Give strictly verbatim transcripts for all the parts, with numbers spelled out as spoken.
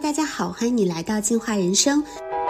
大家好，欢迎你来到进化人生。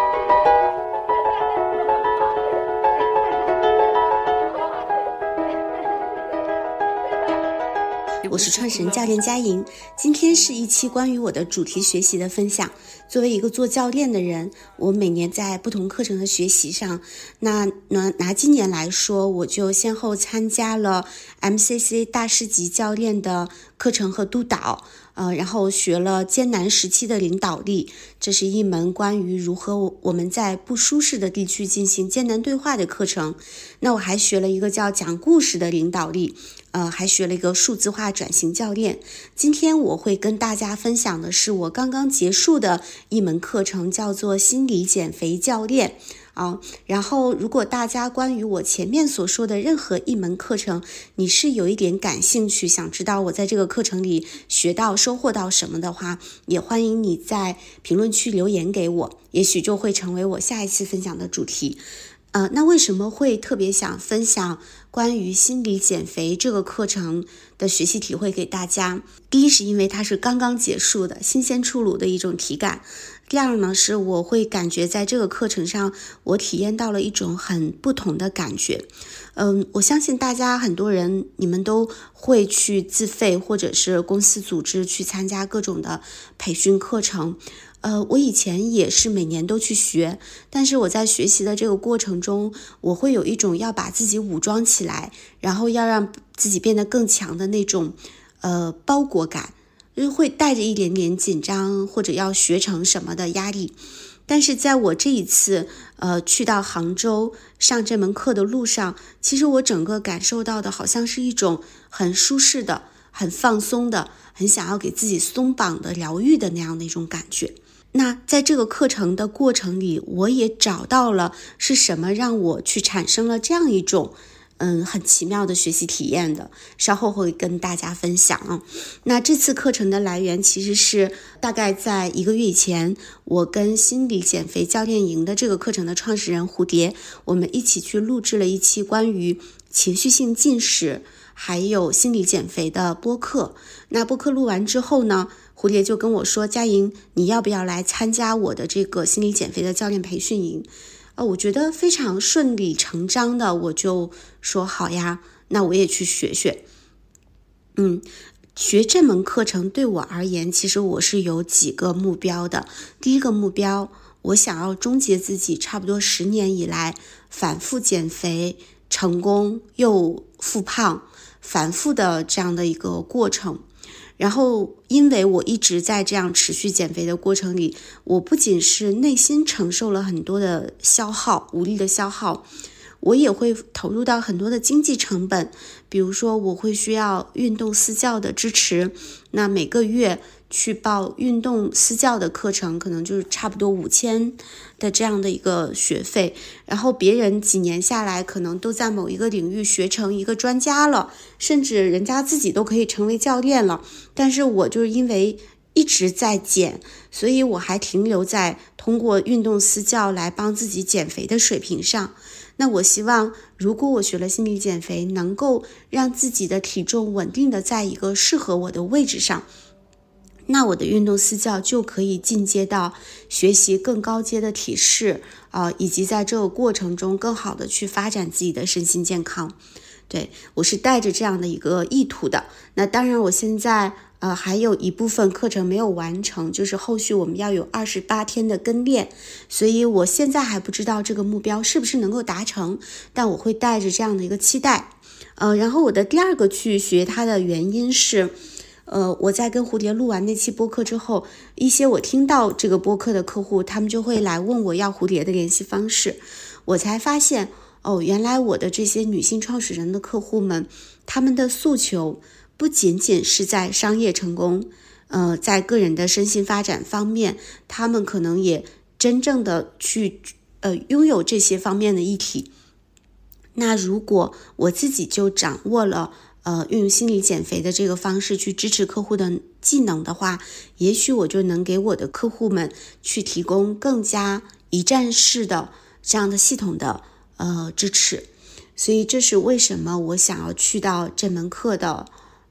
我是创始人教练佳莹，今天是一期关于我的主题学习的分享。作为一个做教练的人，我每年在不同课程的学习上，那拿拿今年来说，我就先后参加了 M C C 大师级教练的课程和督导，呃，然后学了艰难时期的领导力，这是一门关于如何我们在不舒适的地区进行艰难对话的课程。那我还学了一个叫讲故事的领导力，呃，还学了一个数字化转型教练。今天我会跟大家分享的是我刚刚结束的一门课程，叫做心理减肥教练。啊，然后如果大家关于我前面所说的任何一门课程，你是有一点感兴趣，想知道我在这个课程里学到收获到什么的话，也欢迎你在评论区留言给我，也许就会成为我下一次分享的主题。呃，那为什么会特别想分享关于心理减肥这个课程的学习体会给大家？第一是因为它是刚刚结束的新鲜出炉的一种体感，第二呢是我会感觉在这个课程上我体验到了一种很不同的感觉。嗯，我相信大家很多人你们都会去自费或者是公司组织去参加各种的培训课程。呃，我以前也是每年都去学，但是我在学习的这个过程中，我会有一种要把自己武装起来，然后要让自己变得更强的那种呃包裹感，就是会带着一点点紧张或者要学成什么的压力。但是在我这一次呃去到杭州上这门课的路上，其实我整个感受到的好像是一种很舒适的、很放松的、很想要给自己松绑的疗愈的那样的一种感觉。那在这个课程的过程里，我也找到了是什么让我去产生了这样一种嗯，很奇妙的学习体验的，稍后会跟大家分享啊。那这次课程的来源其实是大概在一个月以前，我跟心理减肥教练营的这个课程的创始人蝴蝶，我们一起去录制了一期关于情绪性进食还有心理减肥的播客。那播客录完之后呢，蝴蝶就跟我说，佳莹，你要不要来参加我的这个心理减肥的教练培训营？呃，我觉得非常顺理成章的，我就说好呀，那我也去学学。嗯，学这门课程对我而言，其实我是有几个目标的。第一个目标，我想要终结自己差不多十年以来反复减肥成功又复胖反复的这样的一个过程。然后因为我一直在这样持续减肥的过程里，我不仅是内心承受了很多的消耗，无力的消耗，我也会投入到很多的经济成本。比如说我会需要运动私教的支持，那每个月去报运动私教的课程可能就是差不多五千的这样的一个学费，然后别人几年下来可能都在某一个领域学成一个专家了，甚至人家自己都可以成为教练了，但是我就是因为一直在减，所以我还停留在通过运动私教来帮自己减肥的水平上。那我希望如果我学了心理减肥，能够让自己的体重稳定的在一个适合我的位置上，那我的运动私教就可以进阶到学习更高阶的体式啊、呃，以及在这个过程中更好的去发展自己的身心健康。对，我是带着这样的一个意图的。那当然我现在呃还有一部分课程没有完成，就是后续我们要有二十八天的跟练，所以我现在还不知道这个目标是不是能够达成，但我会带着这样的一个期待。呃，然后我的第二个去学它的原因是呃，我在跟蝴蝶录完那期播客之后，一些我听到这个播客的客户，他们就会来问我要蝴蝶的联系方式，我才发现哦，原来我的这些女性创始人的客户们，他们的诉求不仅仅是在商业成功，呃，在个人的身心发展方面，他们可能也真正的去呃拥有这些方面的议题。那如果我自己就掌握了呃运用心理减肥的这个方式去支持客户的技能的话，也许我就能给我的客户们去提供更加一站式的这样的系统的呃支持。所以这是为什么我想要去到这门课的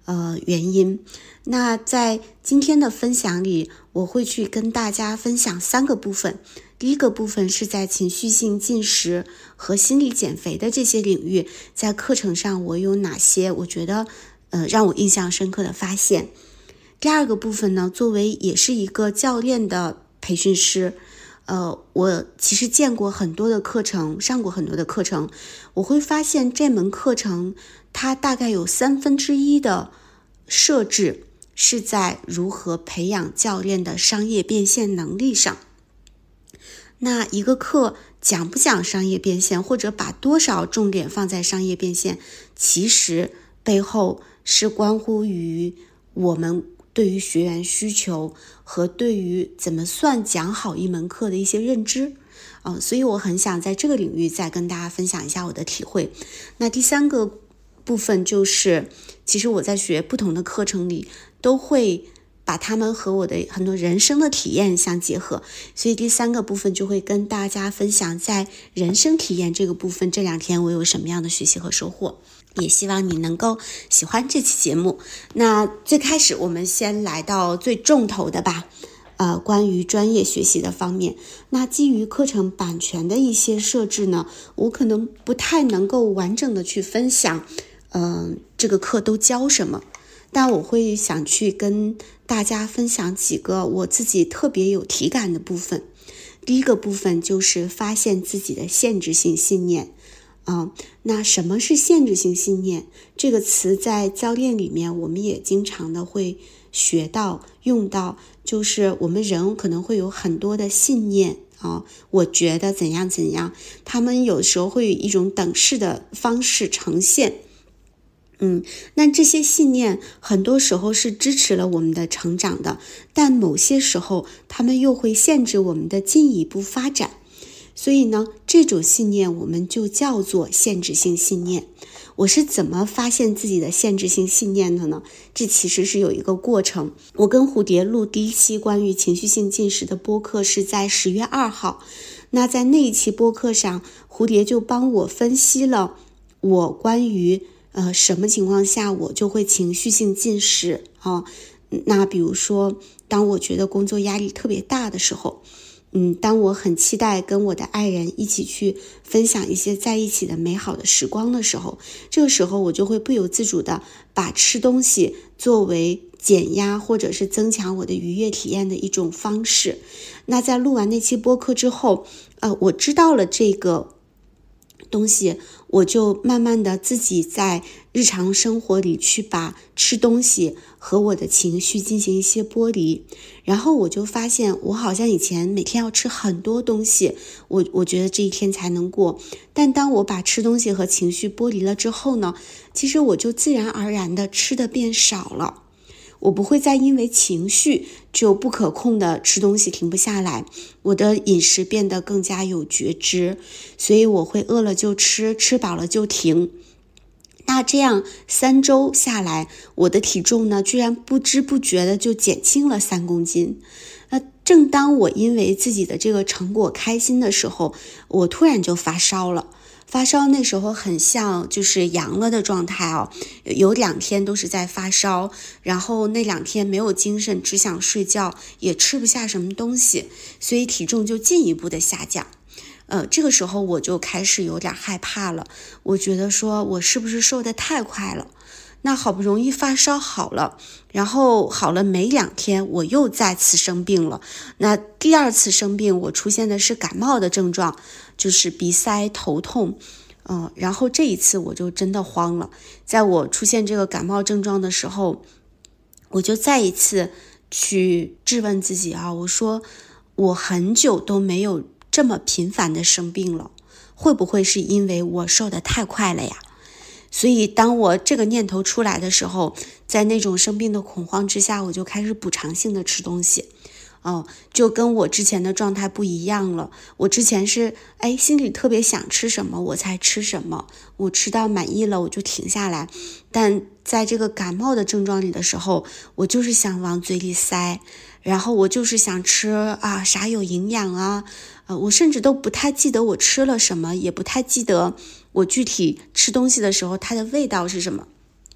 呃原因。那在今天的分享里，我会去跟大家分享三个部分。第一个部分是在情绪性进食和心理减肥的这些领域，在课程上我有哪些我觉得呃让我印象深刻的发现。第二个部分呢，作为也是一个教练的培训师，呃，我其实见过很多的课程，上过很多的课程，我会发现这门课程它大概有三分之一的设置是在如何培养教练的商业变现能力上。那一个课讲不讲商业变现，或者把多少重点放在商业变现，其实背后是关乎于我们对于学员需求和对于怎么算讲好一门课的一些认知。呃、所以我很想在这个领域再跟大家分享一下我的体会。那第三个部分就是，其实我在学不同的课程里都会把它们和我的很多人生的体验相结合，所以第三个部分就会跟大家分享在人生体验这个部分，这两天我有什么样的学习和收获，也希望你能够喜欢这期节目。那最开始我们先来到最重头的吧，呃，关于专业学习的方面。那基于课程版权的一些设置呢，我可能不太能够完整的去分享，嗯、呃，这个课都教什么。但我会想去跟大家分享几个我自己特别有体感的部分。第一个部分就是发现自己的限制性信念。啊、呃，那什么是限制性信念？这个词在教练里面我们也经常的会学到、用到，就是我们人可能会有很多的信念啊、呃，我觉得怎样怎样，他们有时候会以一种等式的方式呈现。嗯，那这些信念很多时候是支持了我们的成长的，但某些时候他们又会限制我们的进一步发展。所以呢，这种信念我们就叫做限制性信念。我是怎么发现自己的限制性信念的呢？这其实是有一个过程。我跟蝴蝶录第一期关于情绪性进食的播客是在十月二号。那在那一期播客上，蝴蝶就帮我分析了我关于呃，什么情况下我就会情绪性进食啊？那比如说，当我觉得工作压力特别大的时候，嗯，当我很期待跟我的爱人一起去分享一些在一起的美好的时光的时候，这个时候我就会不由自主的把吃东西作为减压或者是增强我的愉悦体验的一种方式。那在录完那期播客之后，呃，我知道了这个东西，我就慢慢的自己在日常生活里去把吃东西和我的情绪进行一些剥离，然后我就发现我好像以前每天要吃很多东西，我我觉得这一天才能过，但当我把吃东西和情绪剥离了之后呢，其实我就自然而然的吃的变少了。我不会再因为情绪就不可控的吃东西停不下来，我的饮食变得更加有觉知，所以我会饿了就吃，吃饱了就停。那这样三周下来，我的体重呢，居然不知不觉的就减轻了三公斤。那正当我因为自己的这个成果开心的时候，我突然就发烧了。发烧那时候很像就是阳了的状态哦，有两天都是在发烧，然后那两天没有精神，只想睡觉，也吃不下什么东西，所以体重就进一步的下降。呃，这个时候我就开始有点害怕了，我觉得说我是不是瘦得太快了？那好不容易发烧好了，然后好了没两天，我又再次生病了。那第二次生病，我出现的是感冒的症状，就是鼻塞、头痛。嗯、呃，然后这一次我就真的慌了。在我出现这个感冒症状的时候，我就再一次去质问自己啊，我说我很久都没有这么频繁的生病了，会不会是因为我瘦得太快了呀？所以当我这个念头出来的时候，在那种生病的恐慌之下，我就开始补偿性的吃东西。哦，就跟我之前的状态不一样了。我之前是哎心里特别想吃什么我才吃什么，我吃到满意了我就停下来。但在这个感冒的症状里的时候，我就是想往嘴里塞，然后我就是想吃啊啥有营养啊，呃，我甚至都不太记得我吃了什么，也不太记得我具体吃东西的时候它的味道是什么。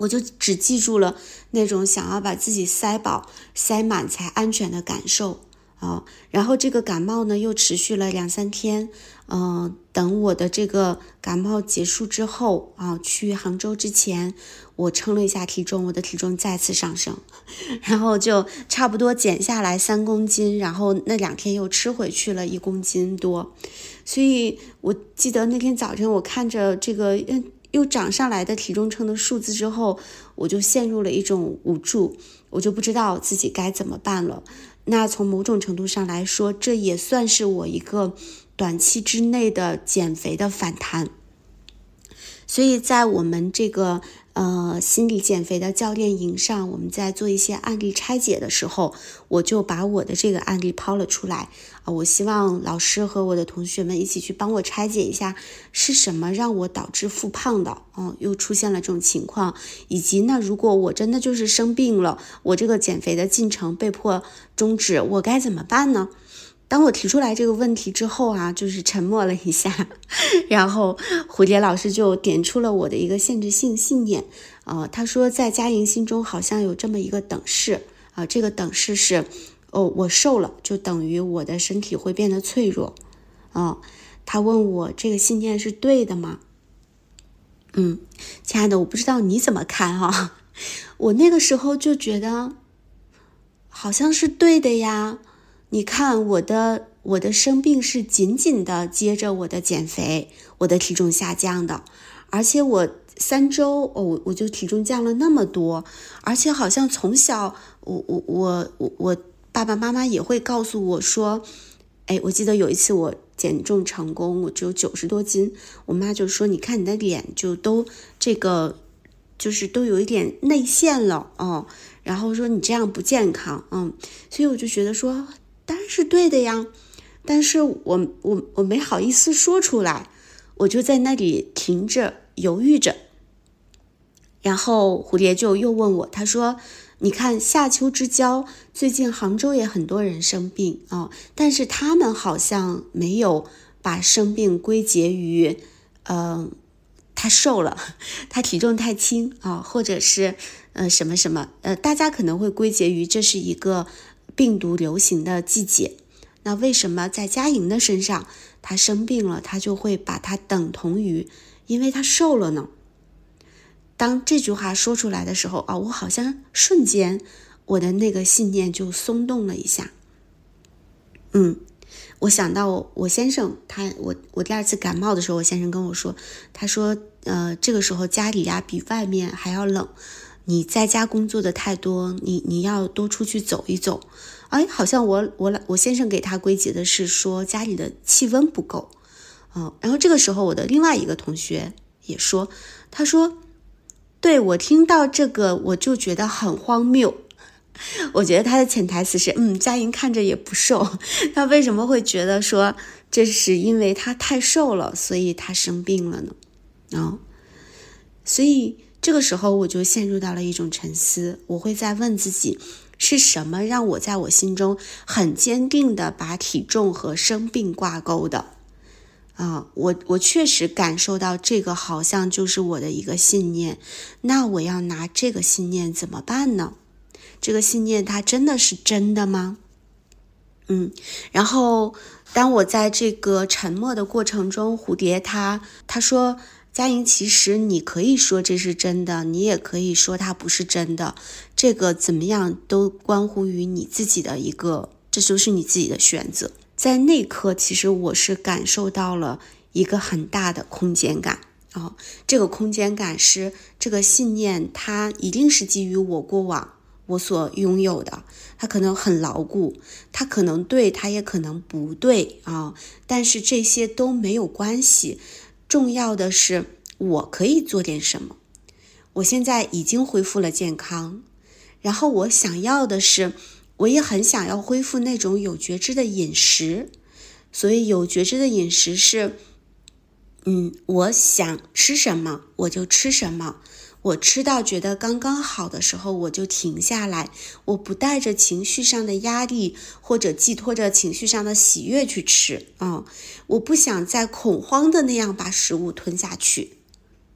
我就只记住了那种想要把自己塞饱塞满才安全的感受啊。然后这个感冒呢又持续了两三天，嗯、呃，等我的这个感冒结束之后啊，去杭州之前我称了一下体重，我的体重再次上升，然后就差不多减下来三公斤，然后那两天又吃回去了一公斤多。所以我记得那天早晨我看着这个又涨上来的体重秤的数字之后，我就陷入了一种无助，我就不知道自己该怎么办了。那从某种程度上来说，这也算是我一个短期之内的减肥的反弹。所以在我们这个呃心理减肥的教练营上，我们在做一些案例拆解的时候，我就把我的这个案例抛了出来啊、呃，我希望老师和我的同学们一起去帮我拆解一下是什么让我导致复胖的哦、呃，又出现了这种情况，以及那如果我真的就是生病了，我这个减肥的进程被迫终止，我该怎么办呢？当我提出来这个问题之后啊，就是沉默了一下，然后蝴蝶老师就点出了我的一个限制性信念，呃，他说在佳莹心中好像有这么一个等式啊、呃，这个等式是，哦，我瘦了就等于我的身体会变得脆弱，啊、呃，他问我这个信念是对的吗？嗯，亲爱的，我不知道你怎么看啊，我那个时候就觉得好像是对的呀。你看我的我的生病是紧紧的接着我的减肥，我的体重下降的，而且我三周哦我就体重降了那么多，而且好像从小我我我我我爸爸妈妈也会告诉我说，哎，我记得有一次我减重成功，我只有九十多斤，我妈就说你看你的脸就都这个就是都有一点内陷了哦，然后说你这样不健康，嗯，所以我就觉得说当然是对的呀，但是我我我没好意思说出来，我就在那里停着犹豫着。然后蝴蝶就又问我，他说你看夏秋之交，最近杭州也很多人生病啊、哦，但是他们好像没有把生病归结于呃他瘦了，他体重太轻啊、哦，或者是呃什么什么呃大家可能会归结于这是一个病毒流行的季节。那为什么在佳莹的身上他生病了，他就会把它等同于因为他瘦了呢？当这句话说出来的时候啊，我好像瞬间我的那个信念就松动了一下。嗯，我想到我我先生他我我第二次感冒的时候，我先生跟我说，他说呃这个时候家里呀比外面还要冷，你在家工作的太多，你你要多出去走一走。哎，好像我我我先生给他归结的是说家里的气温不够，嗯、呃，然后这个时候我的另外一个同学也说，他说，对，我听到这个我就觉得很荒谬。我觉得他的潜台词是，嗯，佳莹看着也不瘦，他为什么会觉得说这是因为他太瘦了，所以他生病了呢？啊、哦，所以这个时候我就陷入到了一种沉思，我会在问自己，是什么让我在我心中很坚定的把体重和生病挂钩的？啊，我我确实感受到这个好像就是我的一个信念，那我要拿这个信念怎么办呢？这个信念它真的是真的吗？嗯，然后当我在这个沉默的过程中，蝴蝶他他说，佳莹，其实你可以说这是真的，你也可以说它不是真的，这个怎么样都关乎于你自己的一个，这就是你自己的选择。在那一刻，其实我是感受到了一个很大的空间感哦，这个空间感是这个信念，它一定是基于我过往我所拥有的，它可能很牢固，它可能对，它也可能不对啊，但是这些都没有关系，重要的是我可以做点什么。我现在已经恢复了健康，然后我想要的是，我也很想要恢复那种有觉知的饮食。所以有觉知的饮食是，嗯，我想吃什么我就吃什么，我吃到觉得刚刚好的时候我就停下来，我不带着情绪上的压力或者寄托着情绪上的喜悦去吃啊、嗯，我不想再恐慌的那样把食物吞下去。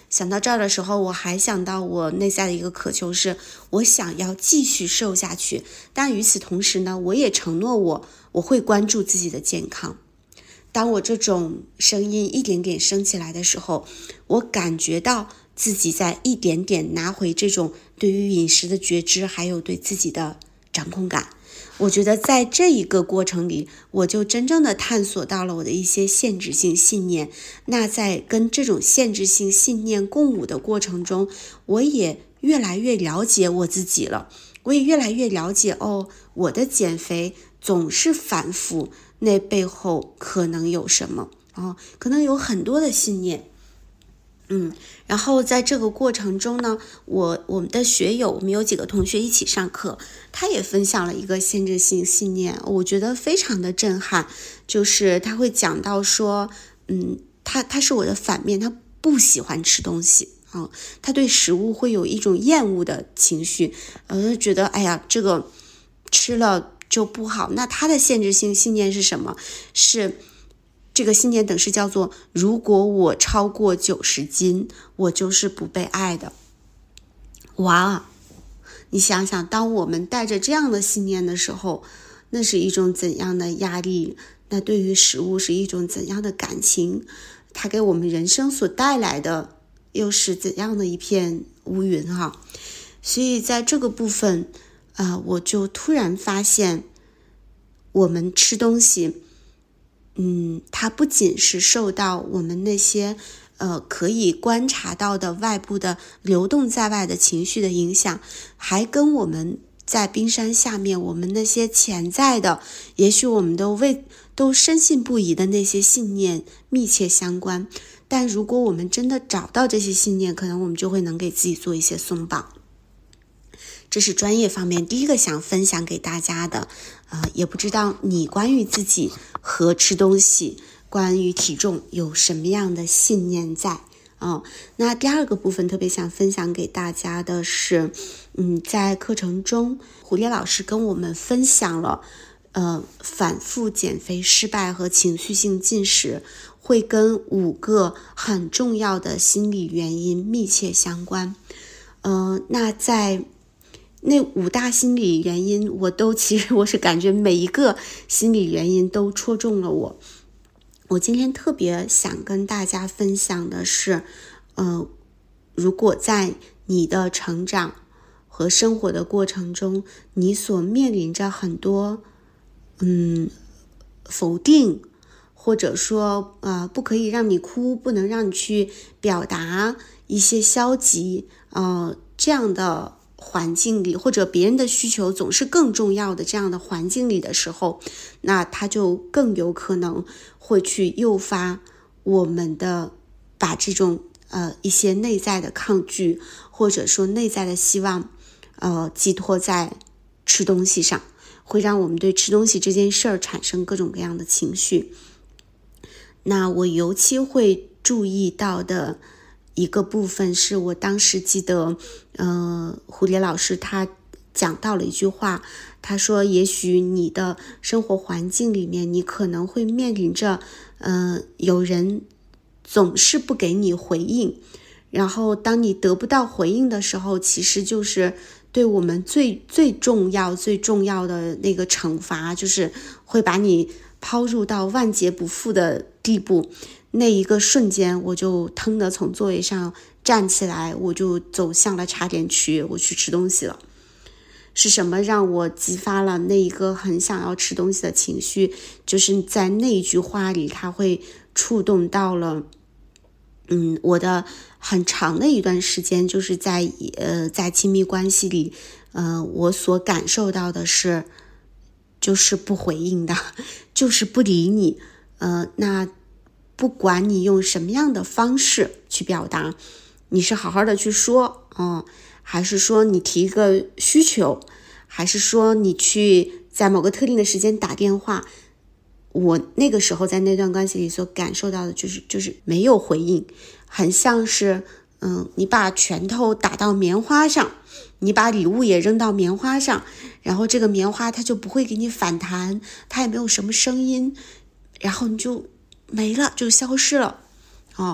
想到这儿的时候，我还想到我内在的一个渴求是，我想要继续瘦下去。但与此同时呢，我也承诺我我会关注自己的健康。当我这种声音一点点升起来的时候，我感觉到自己在一点点拿回这种对于饮食的觉知，还有对自己的掌控感。我觉得在这一个过程里，我就真正的探索到了我的一些限制性信念。那在跟这种限制性信念共舞的过程中，我也越来越了解我自己了。我也越来越了解，哦，我的减肥总是反复，那背后可能有什么？哦，可能有很多的信念。嗯，然后在这个过程中呢，我我们的学友，我们有几个同学一起上课，他也分享了一个限制性信念，我觉得非常的震撼，就是他会讲到说，嗯，他他是我的反面，他不喜欢吃东西啊、哦，他对食物会有一种厌恶的情绪，呃，觉得哎呀，这个吃了就不好。那他的限制性信念是什么？是这个信念等式叫做，如果我超过九十斤，我就是不被爱的。哇，你想想，当我们带着这样的信念的时候，那是一种怎样的压力？那对于食物是一种怎样的感情？它给我们人生所带来的又是怎样的一片乌云哈？所以在这个部分，呃，我就突然发现，我们吃东西，嗯，它不仅是受到我们那些呃可以观察到的外部的流动在外的情绪的影响，还跟我们在冰山下面我们那些潜在的，也许我们都未都深信不疑的那些信念密切相关。但如果我们真的找到这些信念，可能我们就会能给自己做一些松绑。这是专业方面第一个想分享给大家的，呃，也不知道你关于自己和吃东西，关于体重有什么样的信念在哦。那第二个部分特别想分享给大家的是，嗯，在课程中，胡烈老师跟我们分享了，呃，反复减肥失败和情绪性进食会跟五个很重要的心理原因密切相关。呃，那在那五大心理原因，我都其实我是感觉每一个心理原因都戳中了我。我今天特别想跟大家分享的是，呃，如果在你的成长和生活的过程中，你所面临着很多嗯否定，或者说呃不可以让你哭，不能让你去表达一些消极，呃这样的环境里，或者别人的需求总是更重要的这样的环境里的时候，那它就更有可能会去诱发我们的把这种呃一些内在的抗拒，或者说内在的希望呃寄托在吃东西上，会让我们对吃东西这件事儿产生各种各样的情绪。那我尤其会注意到的一个部分是，我当时记得呃，胡烈老师他讲到了一句话，他说也许你的生活环境里面，你可能会面临着呃，有人总是不给你回应，然后当你得不到回应的时候，其实就是对我们最最重要最重要的那个惩罚，就是会把你抛入到万劫不复的地步。那一个瞬间，我就腾地从座位上站起来，我就走向了茶点区，我去吃东西了。是什么让我激发了那一个很想要吃东西的情绪？就是在那一句话里，它会触动到了嗯，我的很长的一段时间，就是在呃在亲密关系里，呃我所感受到的是就是不回应的，就是不理你。呃那不管你用什么样的方式去表达，你是好好的去说，嗯，还是说你提一个需求，还是说你去在某个特定的时间打电话，我那个时候在那段关系里所感受到的就是就是没有回应，很像是嗯，你把拳头打到棉花上，你把礼物也扔到棉花上，然后这个棉花它就不会给你反弹，它也没有什么声音，然后你就没了，就消失了。哦，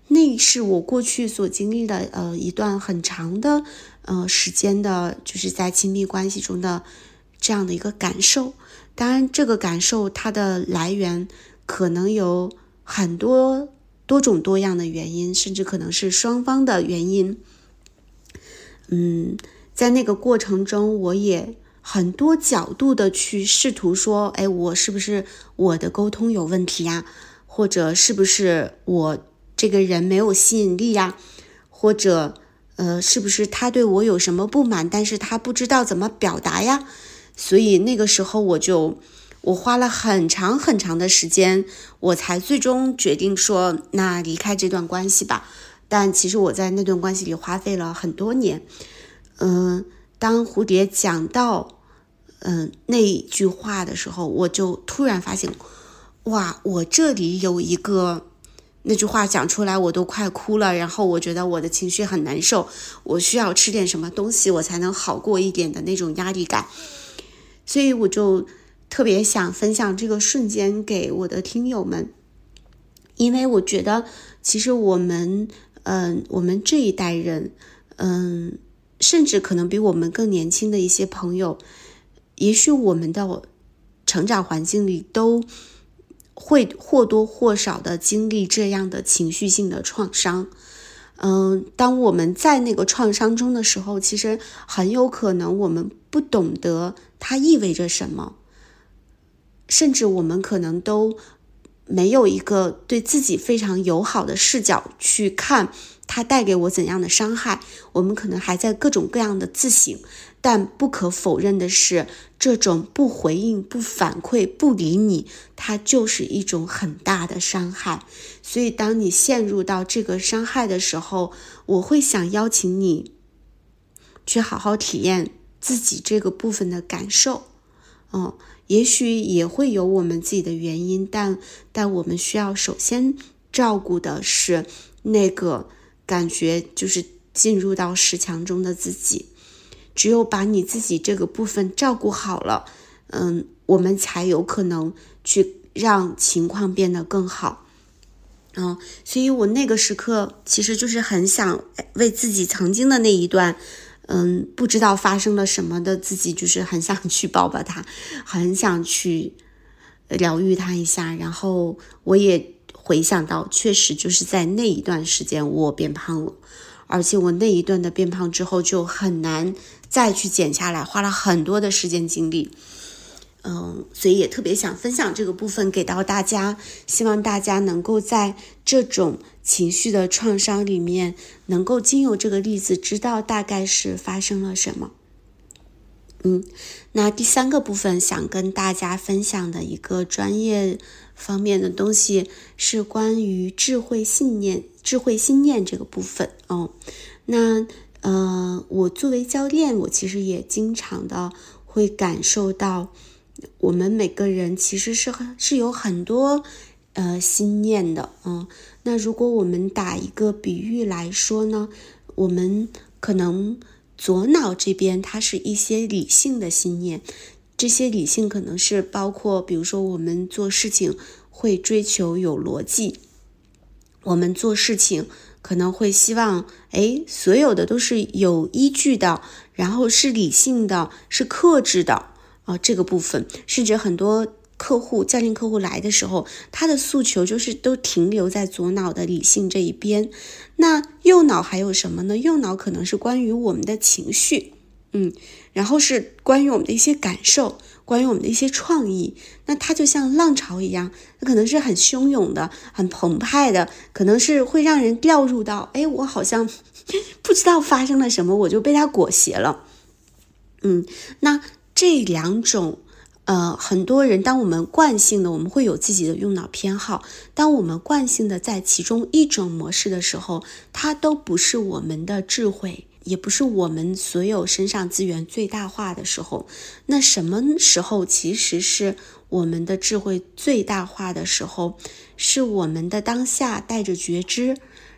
那是我过去所经历的呃一段很长的呃时间的，就是在亲密关系中的这样的一个感受。当然这个感受它的来源可能有很多多种多样的原因，甚至可能是双方的原因。嗯，在那个过程中我也很多角度的去试图说，哎，我是不是我的沟通有问题呀？或者是不是我这个人没有吸引力呀？或者呃，是不是他对我有什么不满，但是他不知道怎么表达呀？所以那个时候我就我花了很长很长的时间，我才最终决定说，那离开这段关系吧。但其实我在那段关系里花费了很多年。嗯、呃，当蝴蝶讲到嗯、呃、那一句话的时候，我就突然发现，哇，我这里有一个那句话讲出来我都快哭了，然后我觉得我的情绪很难受，我需要吃点什么东西我才能好过一点的那种压力感。所以我就特别想分享这个瞬间给我的听友们，因为我觉得其实我们嗯、呃，我们这一代人嗯、呃，甚至可能比我们更年轻的一些朋友，也许我们的成长环境里都会或多或少的经历这样的情绪性的创伤。嗯，当我们在那个创伤中的时候，其实很有可能我们不懂得它意味着什么，甚至我们可能都没有一个对自己非常友好的视角去看它带给我怎样的伤害，我们可能还在各种各样的自省。但不可否认的是，这种不回应、不反馈、不理你，它就是一种很大的伤害。所以当你陷入到这个伤害的时候，我会想邀请你去好好体验自己这个部分的感受。嗯，也许也会有我们自己的原因，但但我们需要首先照顾的是那个感觉就是进入到石墙中的自己。只有把你自己这个部分照顾好了，嗯，我们才有可能去让情况变得更好。嗯，所以我那个时刻其实就是很想为自己曾经的那一段嗯，不知道发生了什么的自己，就是很想去抱抱他，很想去疗愈他一下。然后我也回想到，确实就是在那一段时间我变胖了，而且我那一段的变胖之后就很难再去减下来，花了很多的时间精力。嗯，所以也特别想分享这个部分给到大家，希望大家能够在这种情绪的创伤里面，能够经由这个例子知道大概是发生了什么。嗯，那第三个部分想跟大家分享的一个专业方面的东西是关于智慧信念、智慧心念这个部分哦。那呃，我作为教练，我其实也经常的会感受到，我们每个人其实是是有很多呃心念的。嗯，那如果我们打一个比喻来说呢，我们可能左脑这边它是一些理性的信念，这些理性可能是包括比如说我们做事情会追求有逻辑，我们做事情可能会希望诶所有的都是有依据的，然后是理性的，是克制的啊，这个部分甚至很多客户教练客户来的时候，他的诉求就是都停留在左脑的理性这一边。那右脑还有什么呢？右脑可能是关于我们的情绪，嗯，然后是关于我们的一些感受，关于我们的一些创意。那它就像浪潮一样，它可能是很汹涌的，很澎湃的，可能是会让人掉入到，哎，我好像不知道发生了什么，我就被它裹挟了。嗯，那这两种呃，很多人当我们惯性的我们会有自己的用脑偏好，当我们惯性的在其中一种模式的时候，它都不是我们的智慧，也不是我们所有身上资源最大化的时候。那什么时候其实是我们的智慧最大化的时候？是我们的当下带着觉知，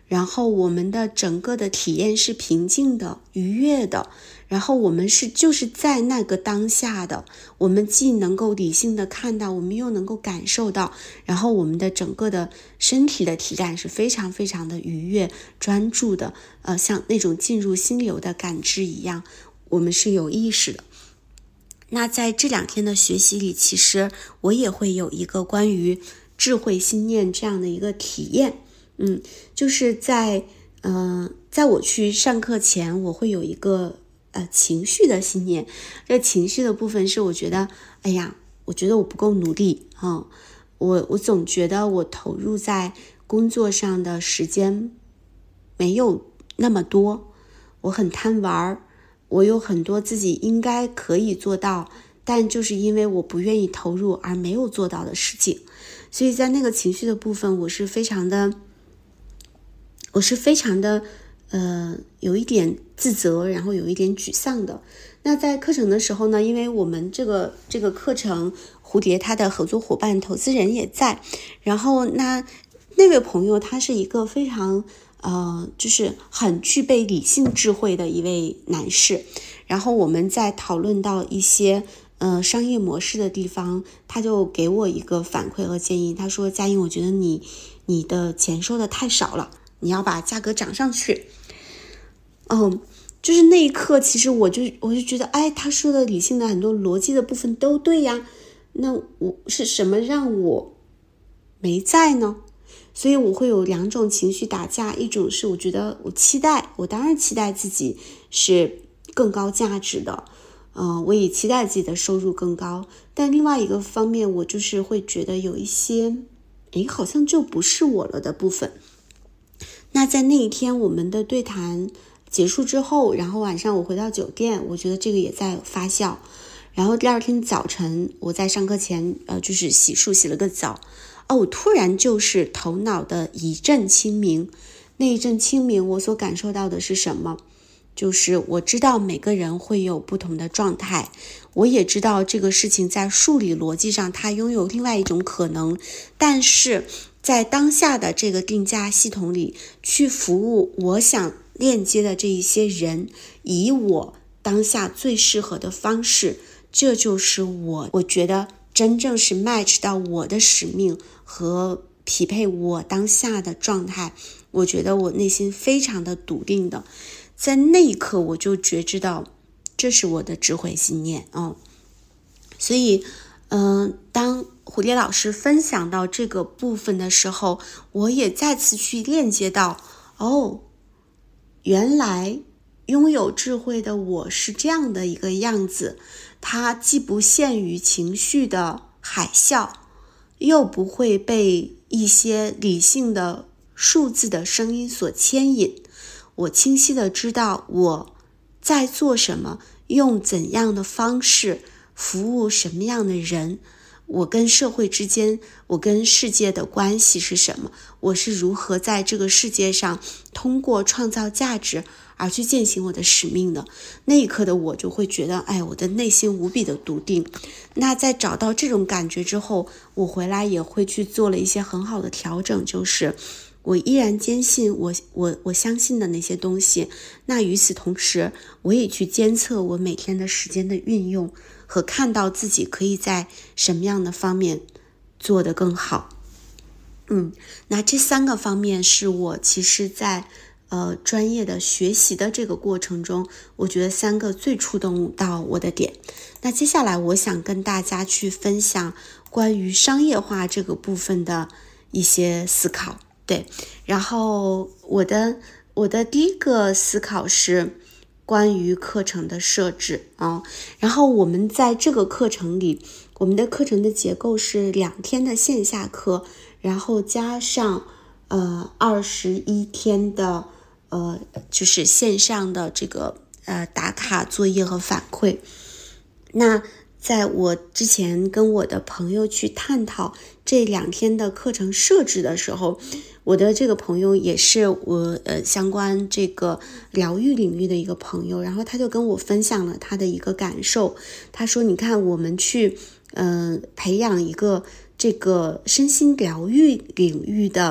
然后我们的整个的体验是平静的、愉悦的，然后我们是就是在那个当下的，我们既能够理性的看到，我们又能够感受到，然后我们的整个的身体的体感是非常非常的愉悦、专注的，呃，像那种进入心流的感知一样，我们是有意识的。那在这两天的学习里，其实我也会有一个关于智慧心念这样的一个体验。嗯，就是在呃，在我去上课前，我会有一个呃情绪的信念。这情绪的部分是我觉得，哎呀，我觉得我不够努力啊、哦，我我总觉得我投入在工作上的时间没有那么多，我很贪玩，我有很多自己应该可以做到，但就是因为我不愿意投入而没有做到的事情。所以在那个情绪的部分，我是非常的。我是非常的呃有一点自责，然后有一点沮丧的。那在课程的时候呢，因为我们这个这个课程蝴蝶它的合作伙伴投资人也在，然后那那位朋友他是一个非常呃就是很具备理性智慧的一位男士，然后我们在讨论到一些呃商业模式的地方，他就给我一个反馈和建议，他说佳音，我觉得你你的钱收的太少了，你要把价格涨上去。嗯，就是那一刻，其实我就我就觉得，哎，他说的理性的很多逻辑的部分都对呀，那我是什么让我没在呢？所以我会有两种情绪打架，一种是我觉得我期待，我当然期待自己是更高价值的，嗯、呃，我也期待自己的收入更高，但另外一个方面，我就是会觉得有一些，诶，好像就不是我了的部分。那在那一天我们的对谈结束之后，然后晚上我回到酒店，我觉得这个也在发酵。然后第二天早晨，我在上课前，呃，就是洗漱洗了个澡，哦，我突然就是头脑的一阵清明。那一阵清明，我所感受到的是什么？就是我知道每个人会有不同的状态，我也知道这个事情在数理逻辑上它拥有另外一种可能，但是在当下的这个定价系统里，去服务我想链接的这一些人，以我当下最适合的方式，这就是我我觉得真正是 match 到我的使命和匹配我当下的状态。我觉得我内心非常的笃定的，在那一刻我就觉知到这是我的智慧信念哦。所以嗯、呃，当蝴蝶老师分享到这个部分的时候，我也再次去链接到，哦，原来拥有智慧的我是这样的一个样子，它既不限于情绪的海啸，又不会被一些理性的数字的声音所牵引。我清晰的知道我在做什么，用怎样的方式服务什么样的人，我跟社会之间，我跟世界的关系是什么，我是如何在这个世界上通过创造价值而去践行我的使命的。那一刻的我就会觉得，哎，我的内心无比的笃定。那在找到这种感觉之后，我回来也会去做了一些很好的调整，就是我依然坚信我我我相信的那些东西。那与此同时，我也去监测我每天的时间的运用，和看到自己可以在什么样的方面做得更好。嗯，那这三个方面是我其实在呃专业的学习的这个过程中，我觉得三个最触动到我的点。那接下来我想跟大家去分享关于商业化这个部分的一些思考。对，然后我的我的第一个思考是关于课程的设置啊，然后我们在这个课程里，我们的课程的结构是两天的线下课，然后加上呃二十一天的呃就是线上的这个呃打卡作业和反馈。那在我之前跟我的朋友去探讨这两天的课程设置的时候，我的这个朋友也是我呃相关这个疗愈领域的一个朋友，然后他就跟我分享了他的一个感受。他说你看我们去呃培养一个这个身心疗愈领域的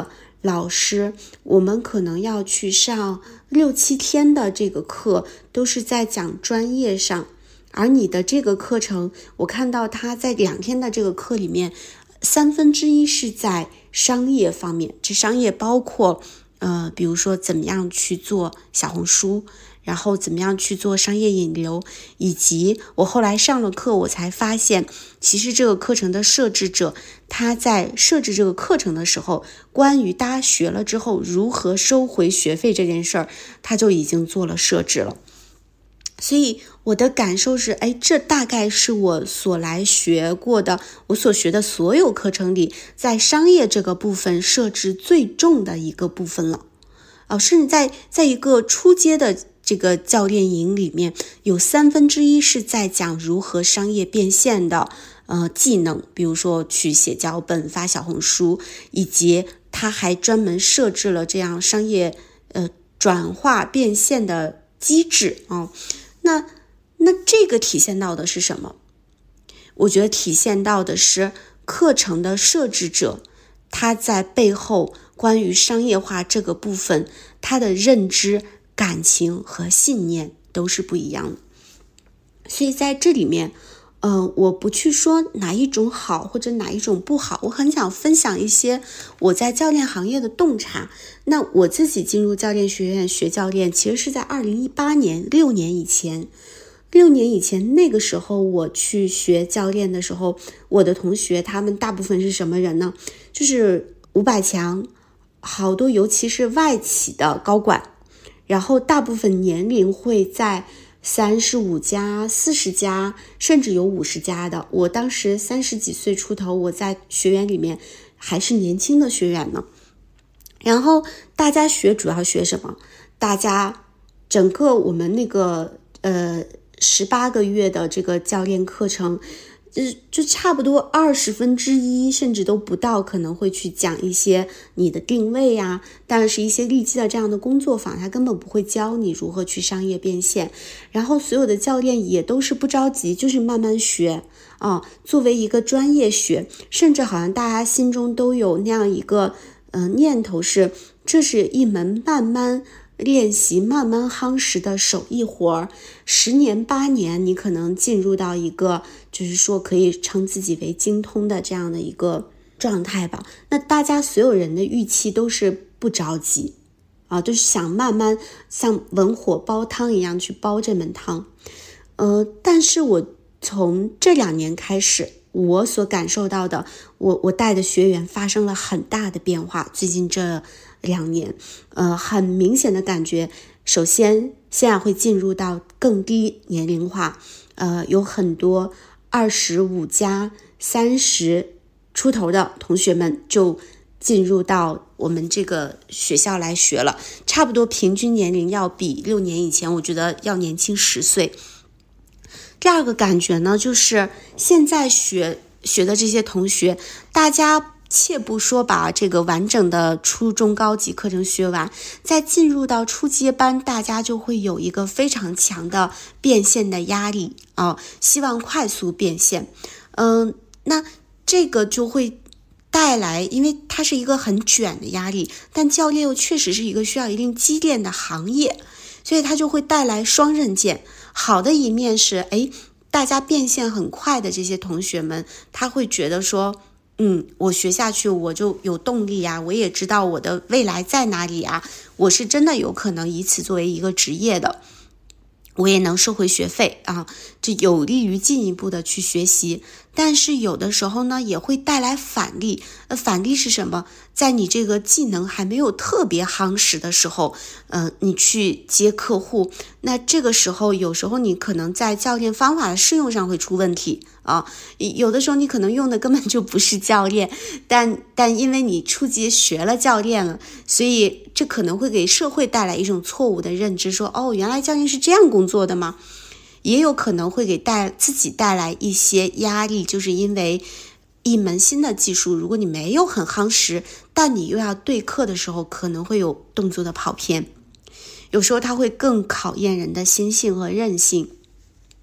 老师，我们可能要去上六七天的这个课，都是在讲专业上，而你的这个课程，我看到他在两天的这个课里面，三分之一是在商业方面，这商业包括呃，比如说怎么样去做小红书，然后怎么样去做商业引流，以及我后来上了课，我才发现，其实这个课程的设置者，他在设置这个课程的时候，关于大家学了之后如何收回学费这件事儿，他就已经做了设置了。所以我的感受是，哎，这大概是我所来学过的，我所学的所有课程里，在商业这个部分设置最重的一个部分了。哦，甚至在在一个初阶的这个教练营里面，有三分之一是在讲如何商业变现的呃技能，比如说去写脚本、发小红书，以及他还专门设置了这样商业呃转化变现的机制啊。哦，那那这个体现到的是什么？我觉得体现到的是课程的设置者，他在背后关于商业化这个部分，他的认知、感情和信念都是不一样的。所以在这里面，呃，我不去说哪一种好或者哪一种不好，我很想分享一些我在教练行业的洞察。那我自己进入教练学院学教练，其实是在二零一八年，六年以前。六年以前，那个时候我去学教练的时候，我的同学他们大部分是什么人呢？就是五百强，好多尤其是外企的高管，然后大部分年龄会在三十五加、四十加，甚至有五十加的。我当时三十几岁出头，我在学员里面还是年轻的学员呢。然后大家学主要学什么？大家整个我们那个呃十八个月的这个教练课程，就就差不多二十分之一甚至都不到，可能会去讲一些你的定位呀，当然是一些利基的这样的工作坊，他根本不会教你如何去商业变现。然后所有的教练也都是不着急，就是慢慢学啊，作为一个专业学，甚至好像大家心中都有那样一个呃念头是，这是一门慢慢练习、慢慢夯实的手艺活儿，十年八年，你可能进入到一个就是说可以称自己为精通的这样的一个状态吧。那大家所有人的预期都是不着急啊，都是想慢慢像文火煲汤一样去煲这门汤。呃，但是我从这两年开始，我所感受到的，我我带的学员发生了很大的变化。最近这两年，呃，很明显的感觉，首先现在会进入到更低年龄化，呃，有很多二十五加三十出头的同学们就进入到我们这个学校来学了，差不多平均年龄要比六年以前，我觉得要年轻十岁。第二个感觉呢，就是现在学学的这些同学，大家切不说把这个完整的初中高级课程学完，在进入到初阶班，大家就会有一个非常强的变现的压力啊，希望快速变现。嗯，那这个就会带来，因为它是一个很卷的压力，但教练又确实是一个需要一定积淀的行业，所以它就会带来双刃剑。好的一面是，哎，大家变现很快的这些同学们，他会觉得说，嗯，我学下去我就有动力呀，我也知道我的未来在哪里呀，我是真的有可能以此作为一个职业的，我也能收回学费啊，这有利于进一步的去学习。但是有的时候呢，也会带来反例。呃，反例是什么？在你这个技能还没有特别夯实的时候，呃，你去接客户，那这个时候有时候你可能在教练方法的适用上会出问题啊。有的时候你可能用的根本就不是教练，但但因为你初级学了教练了，所以这可能会给社会带来一种错误的认知，说哦，原来教练是这样工作的吗？也有可能会给带自己带来一些压力，就是因为一门新的技术，如果你没有很夯实，但你又要对课的时候，可能会有动作的跑偏。有时候它会更考验人的心性和韧性。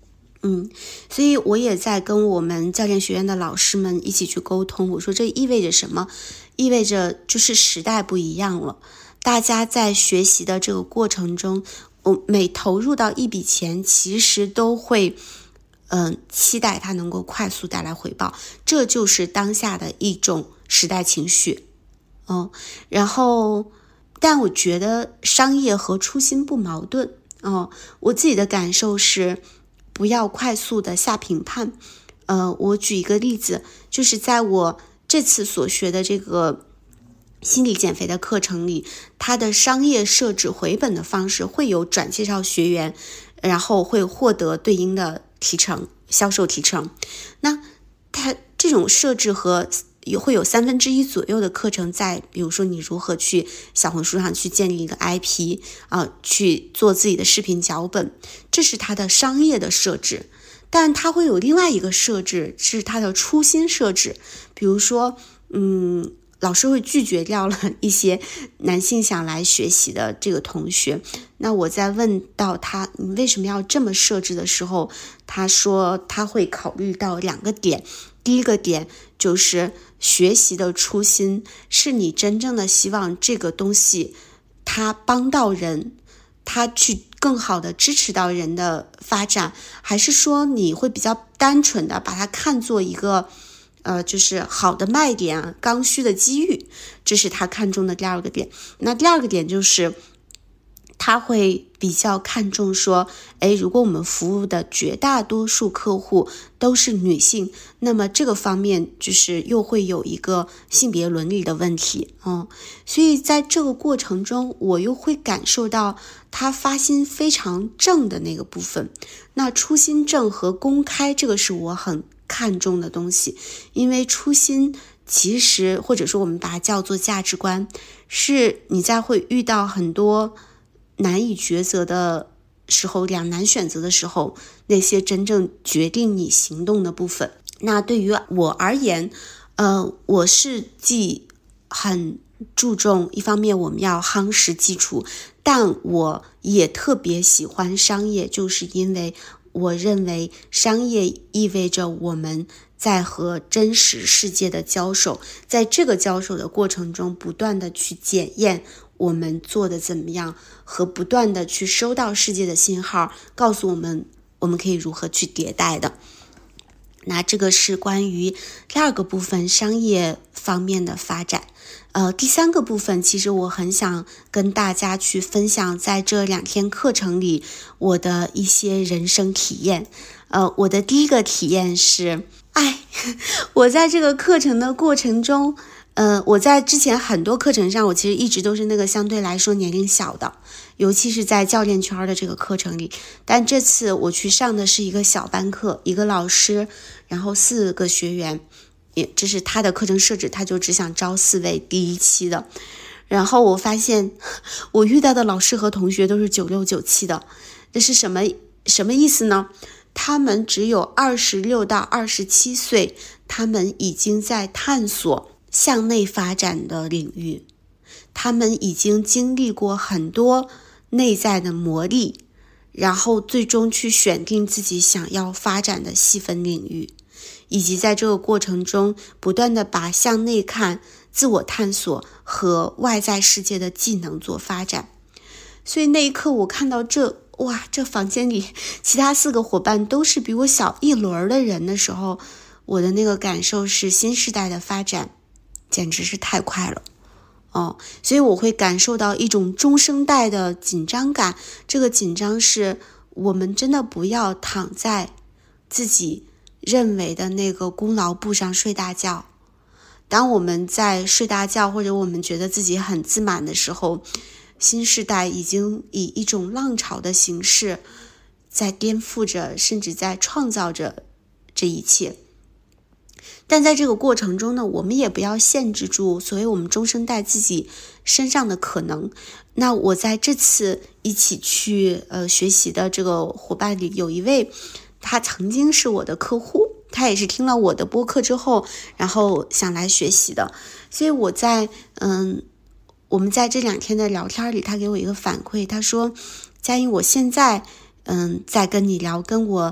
嗯，所以我也在跟我们教练学院的老师们一起去沟通，我说这意味着什么？意味着就是时代不一样了，大家在学习的这个过程中，我每投入到一笔钱，其实都会嗯、呃，期待它能够快速带来回报，这就是当下的一种时代情绪。嗯，然后但我觉得商业和初心不矛盾。哦，我自己的感受是不要快速的下评判。呃，我举一个例子，就是在我这次所学的这个心理减肥的课程里，它的商业设置回本的方式会有转介绍学员，然后会获得对应的提成，销售提成。那它这种设置和也会有三分之一左右的课程在，比如说你如何去小红书上去建立一个 I P 啊、呃，去做自己的视频脚本，这是它的商业的设置。但它会有另外一个设置，是它的初心设置。比如说，嗯，老师会拒绝掉了一些男性想来学习的这个同学。那我在问到他你为什么要这么设置的时候，他说他会考虑到两个点。第一个点就是学习的初心，是你真正的希望这个东西它帮到人，它去更好的支持到人的发展，还是说你会比较单纯的把它看作一个呃，就是好的卖点啊，刚需的机遇，这是他看中的第二个点。那第二个点就是他会比较看重说，诶，如果我们服务的绝大多数客户都是女性，那么这个方面就是又会有一个性别伦理的问题。嗯，所以在这个过程中，我又会感受到他发心非常正的那个部分。那初心正和公开，这个是我很看重的东西，因为初心其实或者说我们把它叫做价值观，是你在会遇到很多难以抉择的时候，两难选择的时候，那些真正决定你行动的部分。那对于我而言，呃，我是既很注重一方面我们要夯实基础，但我也特别喜欢商业，就是因为我认为商业意味着我们在和真实世界的交手，在这个交手的过程中不断的去检验我们做的怎么样，和不断的去收到世界的信号，告诉我们我们可以如何去迭代的。那这个是关于第二个部分商业方面的发展。呃，第三个部分其实我很想跟大家去分享在这两天课程里我的一些人生体验。呃，我的第一个体验是，哎，我在这个课程的过程中，呃，我在之前很多课程上，我其实一直都是那个相对来说年龄小的，尤其是在教练圈的这个课程里。但这次我去上的是一个小班课，一个老师，然后四个学员，也这是他的课程设置，他就只想招四位第一期的。然后我发现我遇到的老师和同学都是九六九七的，这是什么什么意思呢？他们只有二十六到二十七岁，他们已经在探索向内发展的领域，他们已经经历过很多内在的磨砺，然后最终去选定自己想要发展的细分领域，以及在这个过程中不断的把向内看、自我探索和外在世界的技能做发展。所以那一刻我看到这哇，这房间里其他四个伙伴都是比我小一轮的人的时候，我的那个感受是新时代的发展简直是太快了哦，所以我会感受到一种中生代的紧张感。这个紧张是我们真的不要躺在自己认为的那个功劳簿上睡大觉。当我们在睡大觉，或者我们觉得自己很自满的时候，新时代已经以一种浪潮的形式在颠覆着，甚至在创造着这一切。但在这个过程中呢，我们也不要限制住所谓我们中生代自己身上的可能。那我在这次一起去呃学习的这个伙伴里，有一位他曾经是我的客户，他也是听了我的播客之后，然后想来学习的。所以我在嗯，我们在这两天的聊天里，他给我一个反馈，他说：佳音，我现在嗯在跟你聊，跟我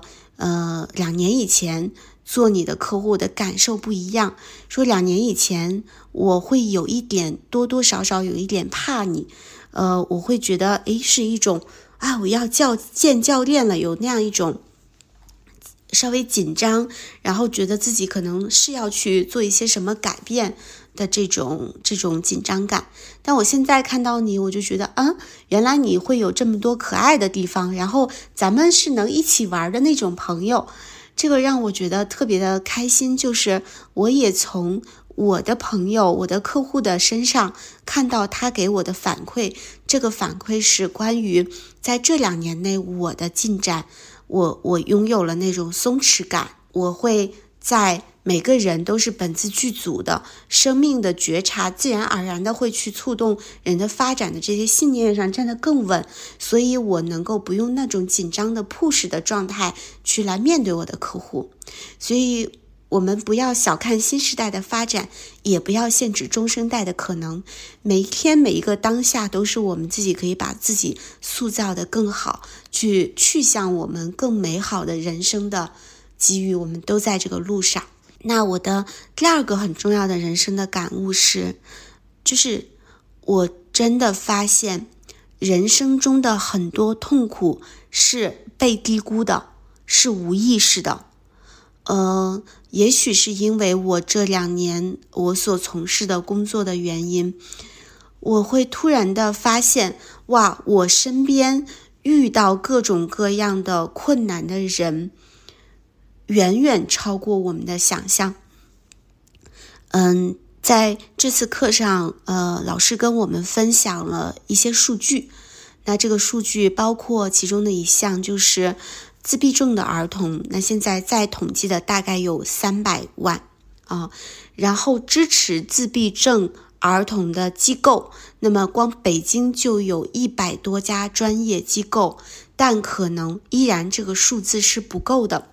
呃，两年以前做你的客户的感受不一样，说两年以前我会有一点多多少少有一点怕你，呃，我会觉得诶是一种啊我要教见教练了，有那样一种稍微紧张，然后觉得自己可能是要去做一些什么改变的这种这种紧张感。但我现在看到你，我就觉得啊，原来你会有这么多可爱的地方，然后咱们是能一起玩的那种朋友，这个让我觉得特别的开心。就是我也从我的朋友我的客户的身上看到他给我的反馈，这个反馈是关于在这两年内我的进展，我我拥有了那种松弛感，我会在每个人都是本自具足的，生命的觉察自然而然的会去触动人的发展的这些信念上站得更稳，所以我能够不用那种紧张的 push 的状态去来面对我的客户。所以我们不要小看新时代的发展，也不要限制中生代的可能，每一天每一个当下都是我们自己可以把自己塑造得更好，去去向我们更美好的人生的机遇，我们都在这个路上。那我的第二个很重要的人生的感悟是，就是我真的发现人生中的很多痛苦是被低估的，是无意识的。呃，也许是因为我这两年我所从事的工作的原因，我会突然的发现，哇，我身边遇到各种各样的困难的人远远超过我们的想象。嗯，在这次课上，呃，老师跟我们分享了一些数据。那这个数据包括其中的一项就是自闭症的儿童，那现在在统计的大概有三百万啊。然后支持自闭症儿童的机构，那么光北京就有一百多家专业机构，但可能依然这个数字是不够的。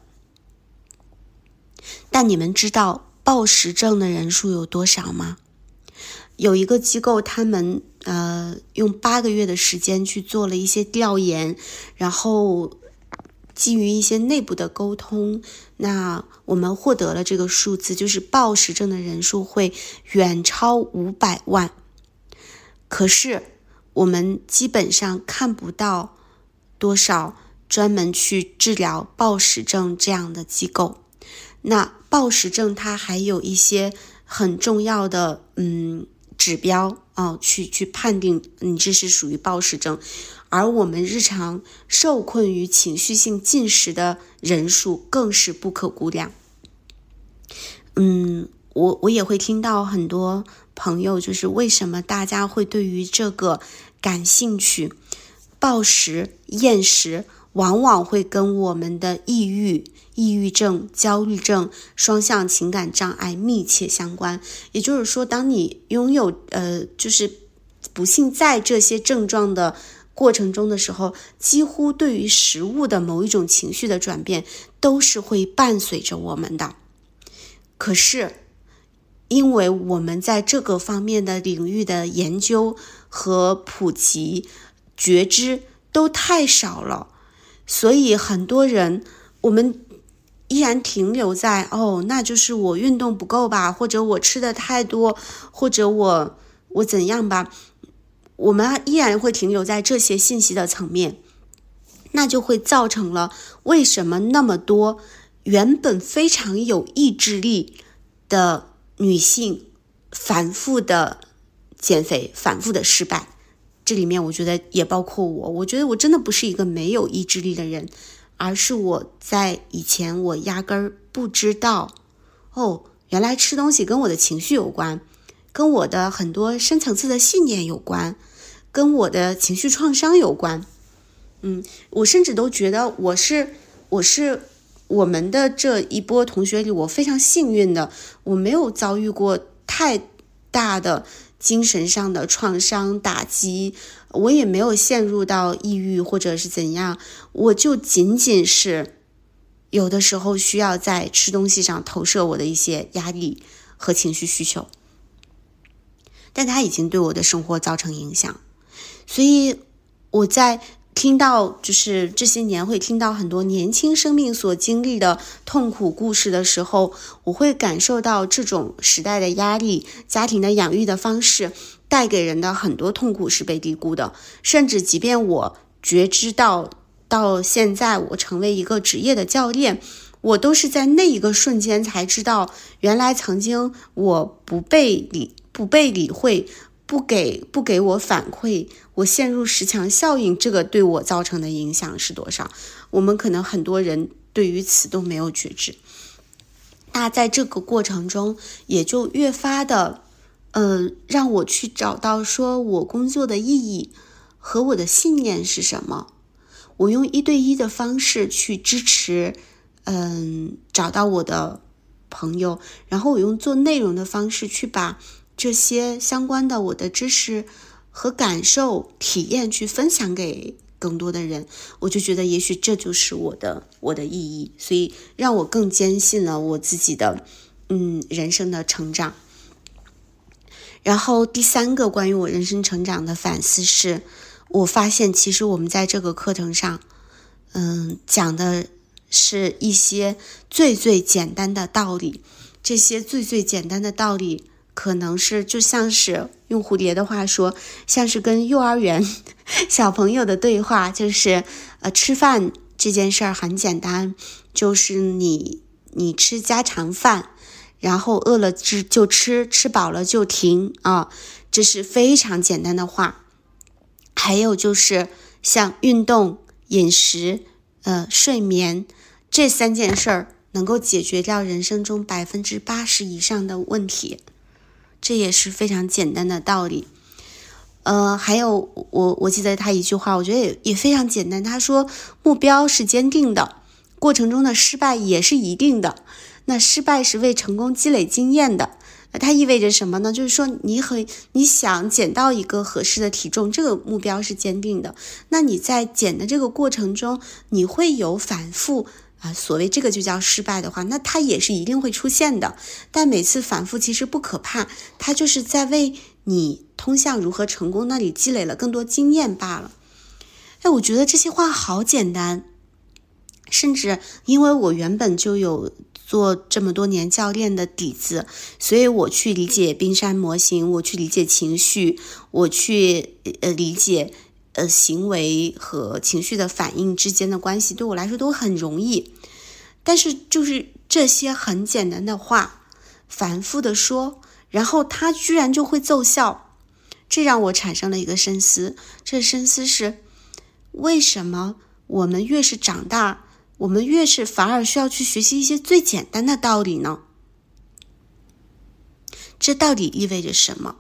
但你们知道暴食症的人数有多少吗？有一个机构，他们呃用八个月的时间去做了一些调研，然后基于一些内部的沟通，那我们获得了这个数字，就是暴食症的人数会远超五百万。可是我们基本上看不到多少专门去治疗暴食症这样的机构。那暴食症它还有一些很重要的嗯指标哦，去去判定你这是属于暴食症。而我们日常受困于情绪性进食的人数更是不可估量。嗯，我我也会听到很多朋友，就是为什么大家会对于这个感兴趣？暴食、厌食往往会跟我们的抑郁、抑郁症、焦虑症、双向情感障碍密切相关。也就是说，当你拥有呃，就是不幸在这些症状的过程中的时候，几乎对于食物的某一种情绪的转变都是会伴随着我们的。可是因为我们在这个方面的领域的研究和普及觉知都太少了，所以很多人我们依然停留在哦，那就是我运动不够吧，或者我吃的太多，或者我我怎样吧，我们依然会停留在这些信息的层面，那就会造成了为什么那么多原本非常有意志力的女性反复的减肥，反复的失败。这里面我觉得也包括我，我觉得我真的不是一个没有意志力的人，而是我在以前我压根儿不知道，哦，原来吃东西跟我的情绪有关，跟我的很多深层次的信念有关，跟我的情绪创伤有关。嗯，我甚至都觉得我是我是我们的这一波同学里我非常幸运的，我没有遭遇过太大的精神上的创伤打击，我也没有陷入到抑郁或者是怎样，我就仅仅是有的时候需要在吃东西上投射我的一些压力和情绪需求，但它已经对我的生活造成影响。所以我在听到就是这些年会听到很多年轻生命所经历的痛苦故事的时候，我会感受到这种时代的压力，家庭的养育的方式带给人的很多痛苦是被低估的。甚至即便我觉知到到现在我成为一个职业的教练，我都是在那一个瞬间才知道，原来曾经我不被理不被理会，不给不给我反馈，我陷入十强效应，这个对我造成的影响是多少。我们可能很多人对于此都没有觉知。那在这个过程中，也就越发的呃，让我去找到说我工作的意义和我的信念是什么。我用一对一的方式去支持嗯，找到我的朋友，然后我用做内容的方式去把这些相关的我的知识和感受体验去分享给更多的人。我就觉得也许这就是我的我的意义，所以让我更坚信了我自己的嗯人生的成长。然后第三个关于我人生成长的反思是，我发现其实我们在这个课程上嗯讲的是一些最最简单的道理，这些最最简单的道理可能是就像是用蝴蝶的话说，像是跟幼儿园小朋友的对话，就是呃吃饭这件事儿很简单，就是你你吃家常饭，然后饿了就吃，吃饱了就停啊，这是非常简单的话。还有就是像运动、饮食、呃睡眠这三件事儿能够解决掉人生中百分之八十以上的问题，这也是非常简单的道理。呃，还有我我记得他一句话，我觉得也也非常简单。他说，目标是坚定的，过程中的失败也是一定的。那失败是为成功积累经验的。它意味着什么呢？就是说你很你想减到一个合适的体重，这个目标是坚定的。那你在减的这个过程中，你会有反复啊，所谓这个就叫失败的话，那它也是一定会出现的。但每次反复其实不可怕，它就是在为你通向如何成功那里积累了更多经验罢了。哎，我觉得这些话好简单，甚至因为我原本就有做这么多年教练的底子，所以我去理解冰山模型，我去理解情绪，我去呃理解呃行为和情绪的反应之间的关系，对我来说都很容易。但是就是这些很简单的话反复的说，然后它居然就会奏效，这让我产生了一个深思。这深思是，为什么我们越是长大，我们越是反而需要去学习一些最简单的道理呢？这到底意味着什么？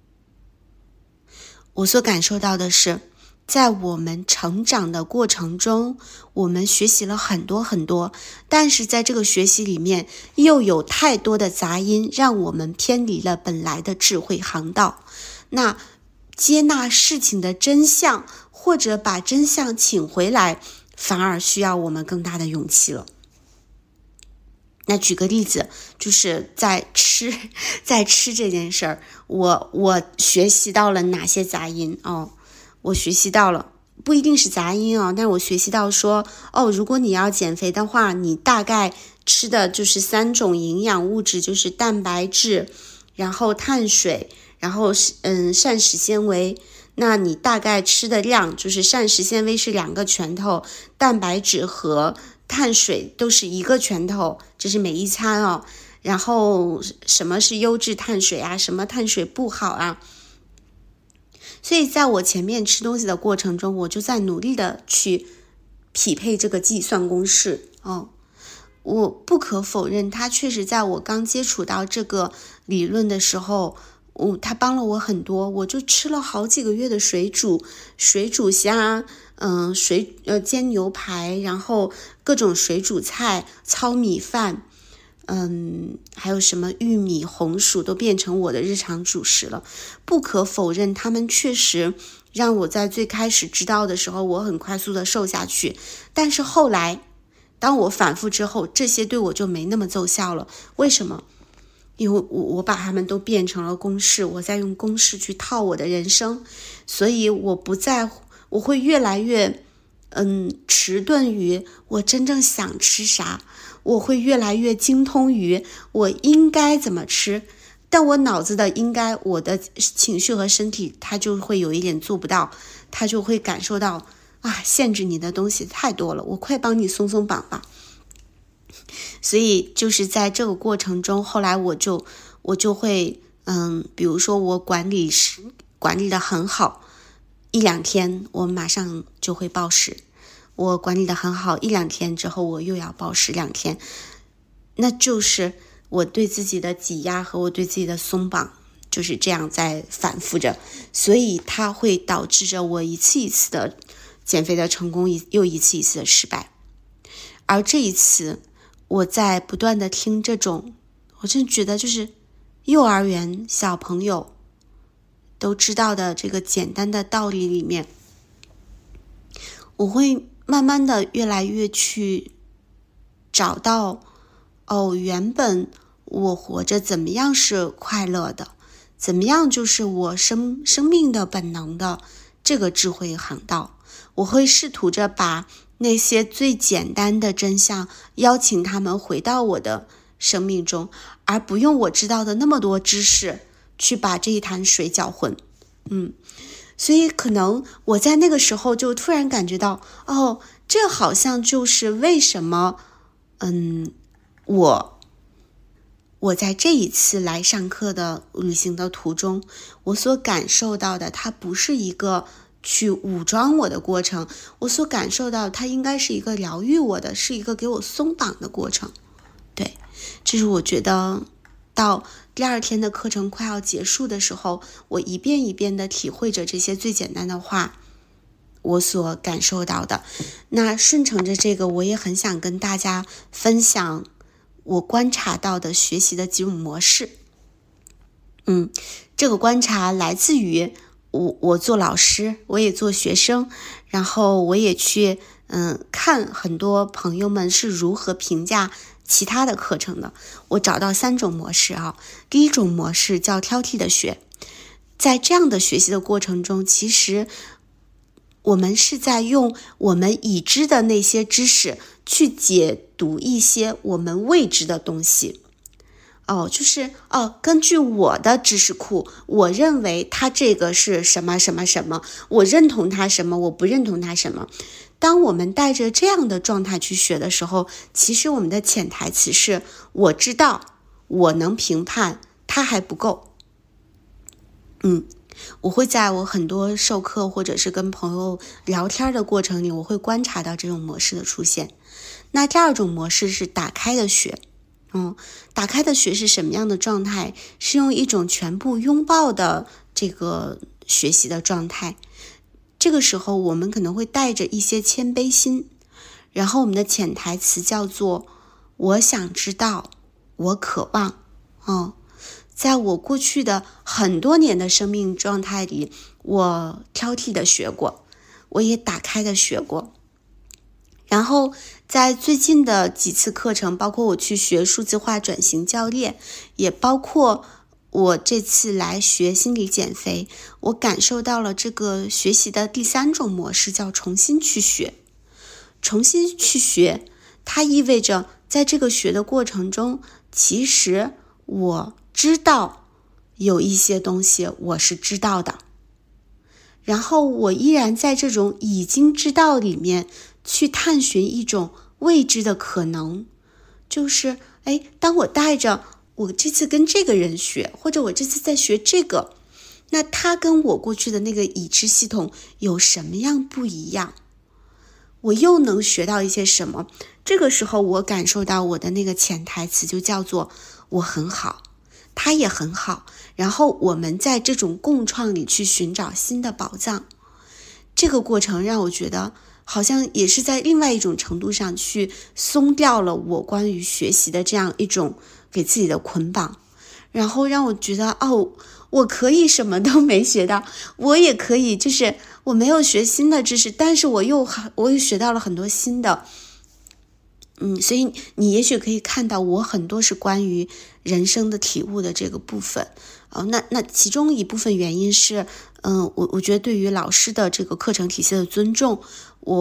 我所感受到的是，在我们成长的过程中，我们学习了很多很多，但是在这个学习里面又有太多的杂音，让我们偏离了本来的智慧航道。那接纳事情的真相，或者把真相请回来，反而需要我们更大的勇气了。那举个例子，就是在吃在吃这件事儿，我我学习到了哪些杂音哦？我学习到了，不一定是杂音哦，但是我学习到说，哦，如果你要减肥的话，你大概吃的就是三种营养物质，就是蛋白质，然后碳水，然后嗯膳食纤维。那你大概吃的量就是膳食纤维是两个拳头，蛋白质和碳水都是一个拳头，这是每一餐哦。然后什么是优质碳水啊，什么碳水不好啊。所以在我前面吃东西的过程中，我就在努力的去匹配这个计算公式哦。我不可否认，它确实在我刚接触到这个理论的时候，我它帮了我很多。我就吃了好几个月的水煮水煮虾，嗯、呃，水呃煎牛排，然后各种水煮菜、糙米饭，嗯，还有什么玉米、红薯都变成我的日常主食了。不可否认，他们确实让我在最开始知道的时候，我很快速的瘦下去。但是后来，当我反复之后，这些对我就没那么奏效了。为什么？因为我我把它们都变成了公式，我在用公式去套我的人生，所以我不在乎，我会越来越嗯，迟钝于我真正想吃啥，我会越来越精通于我应该怎么吃，但我脑子的应该，我的情绪和身体它就会有一点做不到，它就会感受到啊，限制你的东西太多了，我快帮你松松绑吧。所以就是在这个过程中，后来我就我就会嗯，比如说我管理是管理的很好，一两天我马上就会暴食，我管理的很好，一两天之后我又要暴食两天，那就是我对自己的挤压和我对自己的松绑就是这样在反复着，所以它会导致着我一次一次的减肥的成功，又一次一次的失败。而这一次我在不断的听这种，我真觉得就是幼儿园小朋友都知道的这个简单的道理里面，我会慢慢的越来越去找到，哦，原本我活着怎么样是快乐的，怎么样就是我生生命的本能的这个智慧航道。我会试图着把那些最简单的真相邀请他们回到我的生命中，而不用我知道的那么多知识去把这一潭水搅混。嗯，所以可能我在那个时候就突然感觉到，哦，这好像就是为什么嗯，我我在这一次来上课的旅行的途中，我所感受到的它不是一个去武装我的过程，我所感受到它应该是一个疗愈我的，是一个给我松绑的过程。对，这是我觉得到第二天的课程快要结束的时候，我一遍一遍的体会着这些最简单的话，我所感受到的。那顺承着这个，我也很想跟大家分享我观察到的学习的几种模式。嗯，这个观察来自于我我做老师，我也做学生，然后我也去嗯看很多朋友们是如何评价其他的课程的。我找到三种模式啊。第一种模式叫挑剔的学，在这样的学习的过程中，其实我们是在用我们已知的那些知识去解读一些我们未知的东西。哦，就是哦，根据我的知识库，我认为它这个是什么什么什么，我认同它什么，我不认同它什么。当我们带着这样的状态去学的时候，其实我们的潜台词是我知道，我能评判，它还不够。嗯，我会在我很多授课或者是跟朋友聊天的过程里，我会观察到这种模式的出现。那第二种模式是打开的学。嗯，打开的学是什么样的状态？是用一种全部拥抱的这个学习的状态。这个时候我们可能会带着一些谦卑心，然后我们的潜台词叫做我想知道，我渴望。哦，在我过去的很多年的生命状态里，我挑剔的学过，我也打开的学过。然后在最近的几次课程，包括我去学数字化转型教练，也包括我这次来学心理减肥，我感受到了这个学习的第三种模式，叫重新去学。重新去学，它意味着在这个学的过程中，其实我知道有一些东西我是知道的，然后我依然在这种已经知道里面去探寻一种未知的可能。就是哎，当我带着我这次跟这个人学，或者我这次在学这个，那他跟我过去的那个已知系统有什么样不一样，我又能学到一些什么。这个时候我感受到我的那个潜台词就叫做我很好，他也很好，然后我们在这种共创里去寻找新的宝藏。这个过程让我觉得好像也是在另外一种程度上去松掉了我关于学习的这样一种给自己的捆绑，然后让我觉得哦，我可以什么都没学到，我也可以就是我没有学新的知识，但是我又我又学到了很多新的。嗯，所以你也许可以看到我很多是关于人生的体悟的这个部分。哦，那那其中一部分原因是，嗯，我我觉得对于老师的这个课程体系的尊重，我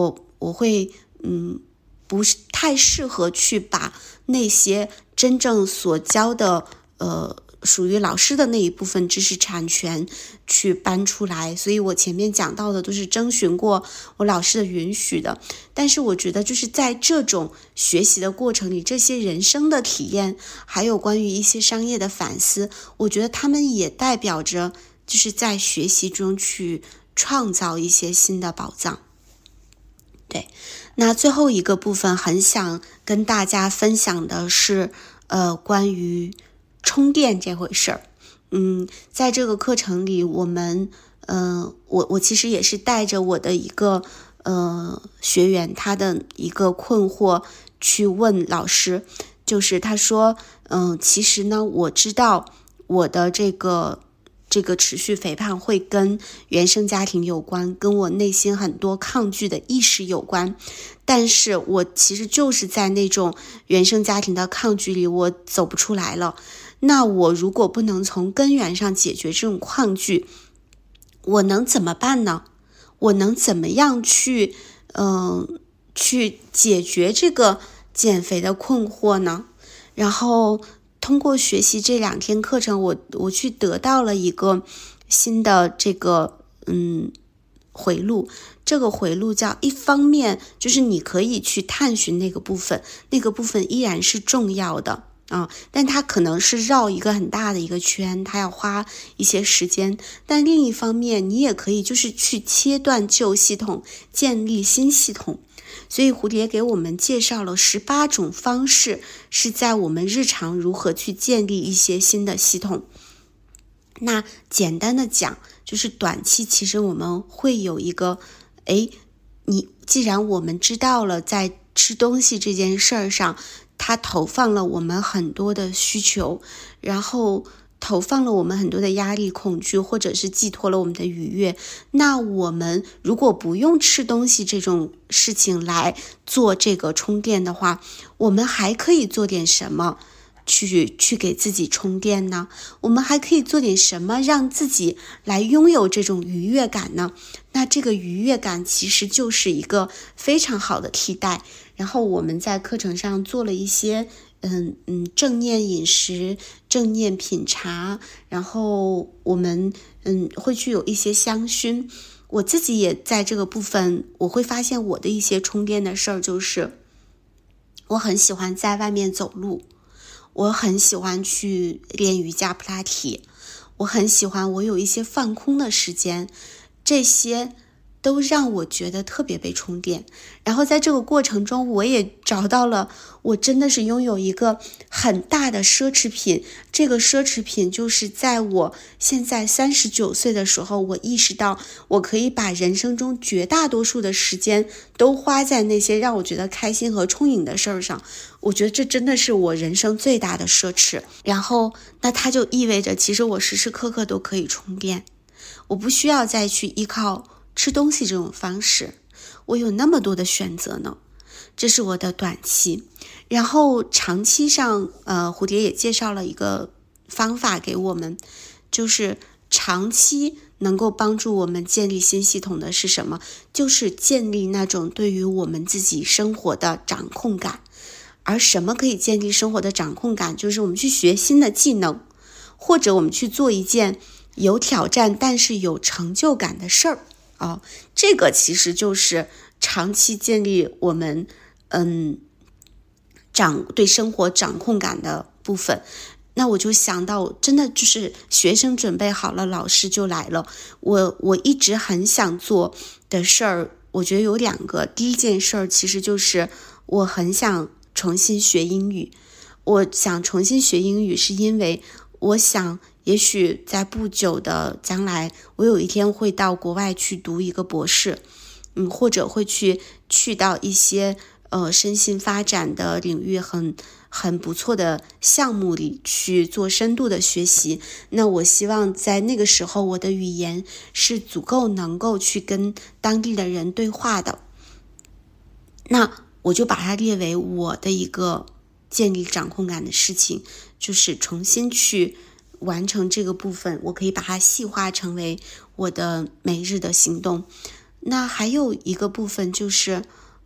我会嗯不是太适合去把那些真正所教的呃属于老师的那一部分知识产权去搬出来，所以我前面讲到的都是征询过我老师的允许的。但是我觉得就是在这种学习的过程里，这些人生的体验，还有关于一些商业的反思，我觉得他们也代表着就是在学习中去创造一些新的宝藏。对，那最后一个部分很想跟大家分享的是呃，关于充电这回事儿。嗯，在这个课程里，我们呃，我我其实也是带着我的一个呃学员他的一个困惑去问老师，就是他说嗯、呃，其实呢我知道我的这个这个持续肥胖会跟原生家庭有关，跟我内心很多抗拒的意识有关，但是我其实就是在那种原生家庭的抗拒里我走不出来了。那我如果不能从根源上解决这种抗拒，我能怎么办呢？我能怎么样去嗯、呃、去解决这个减肥的困惑呢？然后通过学习这两天课程，我我去得到了一个新的这个嗯回路。这个回路叫，一方面就是你可以去探寻那个部分，那个部分依然是重要的啊，但它可能是绕一个很大的一个圈，它要花一些时间。但另一方面，你也可以就是去切断旧系统，建立新系统。所以蝴蝶给我们介绍了十八种方式，是在我们日常如何去建立一些新的系统。那简单的讲，就是短期其实我们会有一个，诶，你既然我们知道了在吃东西这件事儿上，它投放了我们很多的需求，然后投放了我们很多的压力、恐惧，或者是寄托了我们的愉悦。那我们如果不用吃东西这种事情来做这个充电的话，我们还可以做点什么去去给自己充电呢？我们还可以做点什么让自己来拥有这种愉悦感呢？那这个愉悦感其实就是一个非常好的替代。然后我们在课程上做了一些嗯嗯正念饮食、正念品茶，然后我们嗯会去有一些香薰。我自己也在这个部分，我会发现我的一些充电的事儿，就是我很喜欢在外面走路，我很喜欢去练瑜伽、普拉提，我很喜欢我有一些放空的时间，这些都让我觉得特别被充电。然后在这个过程中，我也找到了我真的是拥有一个很大的奢侈品。这个奢侈品就是在我现在三十九岁的时候，我意识到我可以把人生中绝大多数的时间都花在那些让我觉得开心和充盈的事儿上。我觉得这真的是我人生最大的奢侈。然后那它就意味着其实我时时刻刻都可以充电，我不需要再去依靠吃东西这种方式，我有那么多的选择呢。这是我的短期。然后长期上呃，蝴蝶也介绍了一个方法给我们，就是长期能够帮助我们建立新系统的是什么？就是建立那种对于我们自己生活的掌控感。而什么可以建立生活的掌控感？就是我们去学新的技能，或者我们去做一件有挑战但是有成就感的事儿。哦，这个其实就是长期建立我们嗯掌对生活掌控感的部分。那我就想到，真的就是学生准备好了，老师就来了。我我一直很想做的事儿，我觉得有两个。第一件事儿其实就是我很想重新学英语。我想重新学英语是因为我想也许在不久的将来，我有一天会到国外去读一个博士，嗯，或者会去去到一些呃身心发展的领域很很不错的项目里去做深度的学习。那我希望在那个时候，我的语言是足够能够去跟当地的人对话的。那我就把它列为我的一个建立掌控感的事情，就是重新去完成这个部分，我可以把它细化成为我的每日的行动。那还有一个部分就是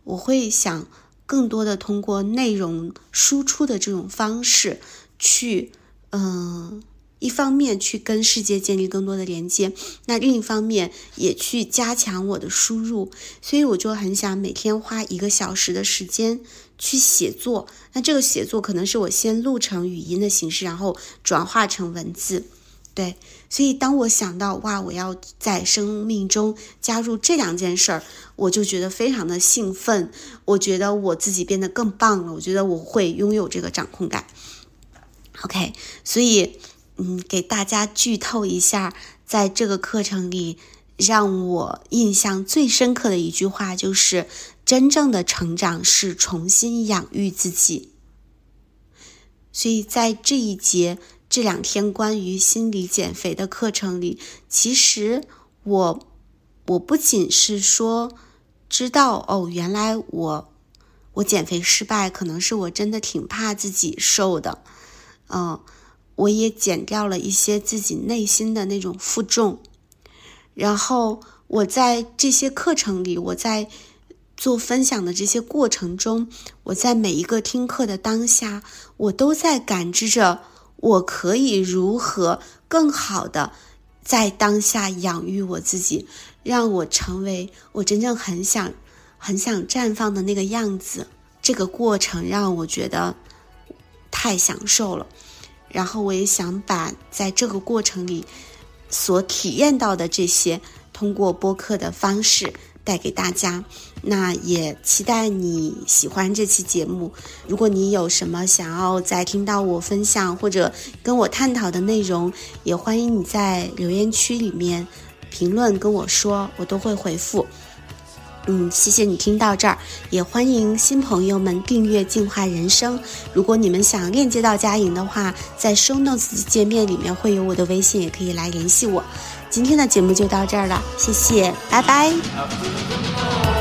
我会想更多的通过内容输出的这种方式去嗯、呃一方面去跟世界建立更多的连接，那另一方面也去加强我的输入，所以我就很想每天花一个小时的时间去写作。那这个写作可能是我先录成语音的形式，然后转化成文字。对，所以当我想到哇，我要在生命中加入这两件事儿，我就觉得非常的兴奋，我觉得我自己变得更棒了，我觉得我会拥有这个掌控感。OK， 所以嗯，给大家剧透一下，在这个课程里让我印象最深刻的一句话就是真正的成长是重新养育自己。所以在这一节这两天关于心理减肥的课程里，其实我我不仅是说知道哦，原来我我减肥失败，可能是我真的挺怕自己瘦的，嗯，我也减掉了一些自己内心的那种负重。然后我在这些课程里，我在做分享的这些过程中，我在每一个听课的当下，我都在感知着我可以如何更好的在当下养育我自己，让我成为我真正很想很想绽放的那个样子。这个过程让我觉得太享受了，然后我也想把在这个过程里所体验到的这些通过播客的方式带给大家。那也期待你喜欢这期节目，如果你有什么想要再听到我分享或者跟我探讨的内容，也欢迎你在留言区里面评论跟我说，我都会回复。嗯，谢谢你听到这儿，也欢迎新朋友们订阅进化人生。如果你们想链接到佳莹的话，在 show notes 界面里面会有我的微信，也可以来联系我。今天的节目就到这儿了，谢谢，拜拜。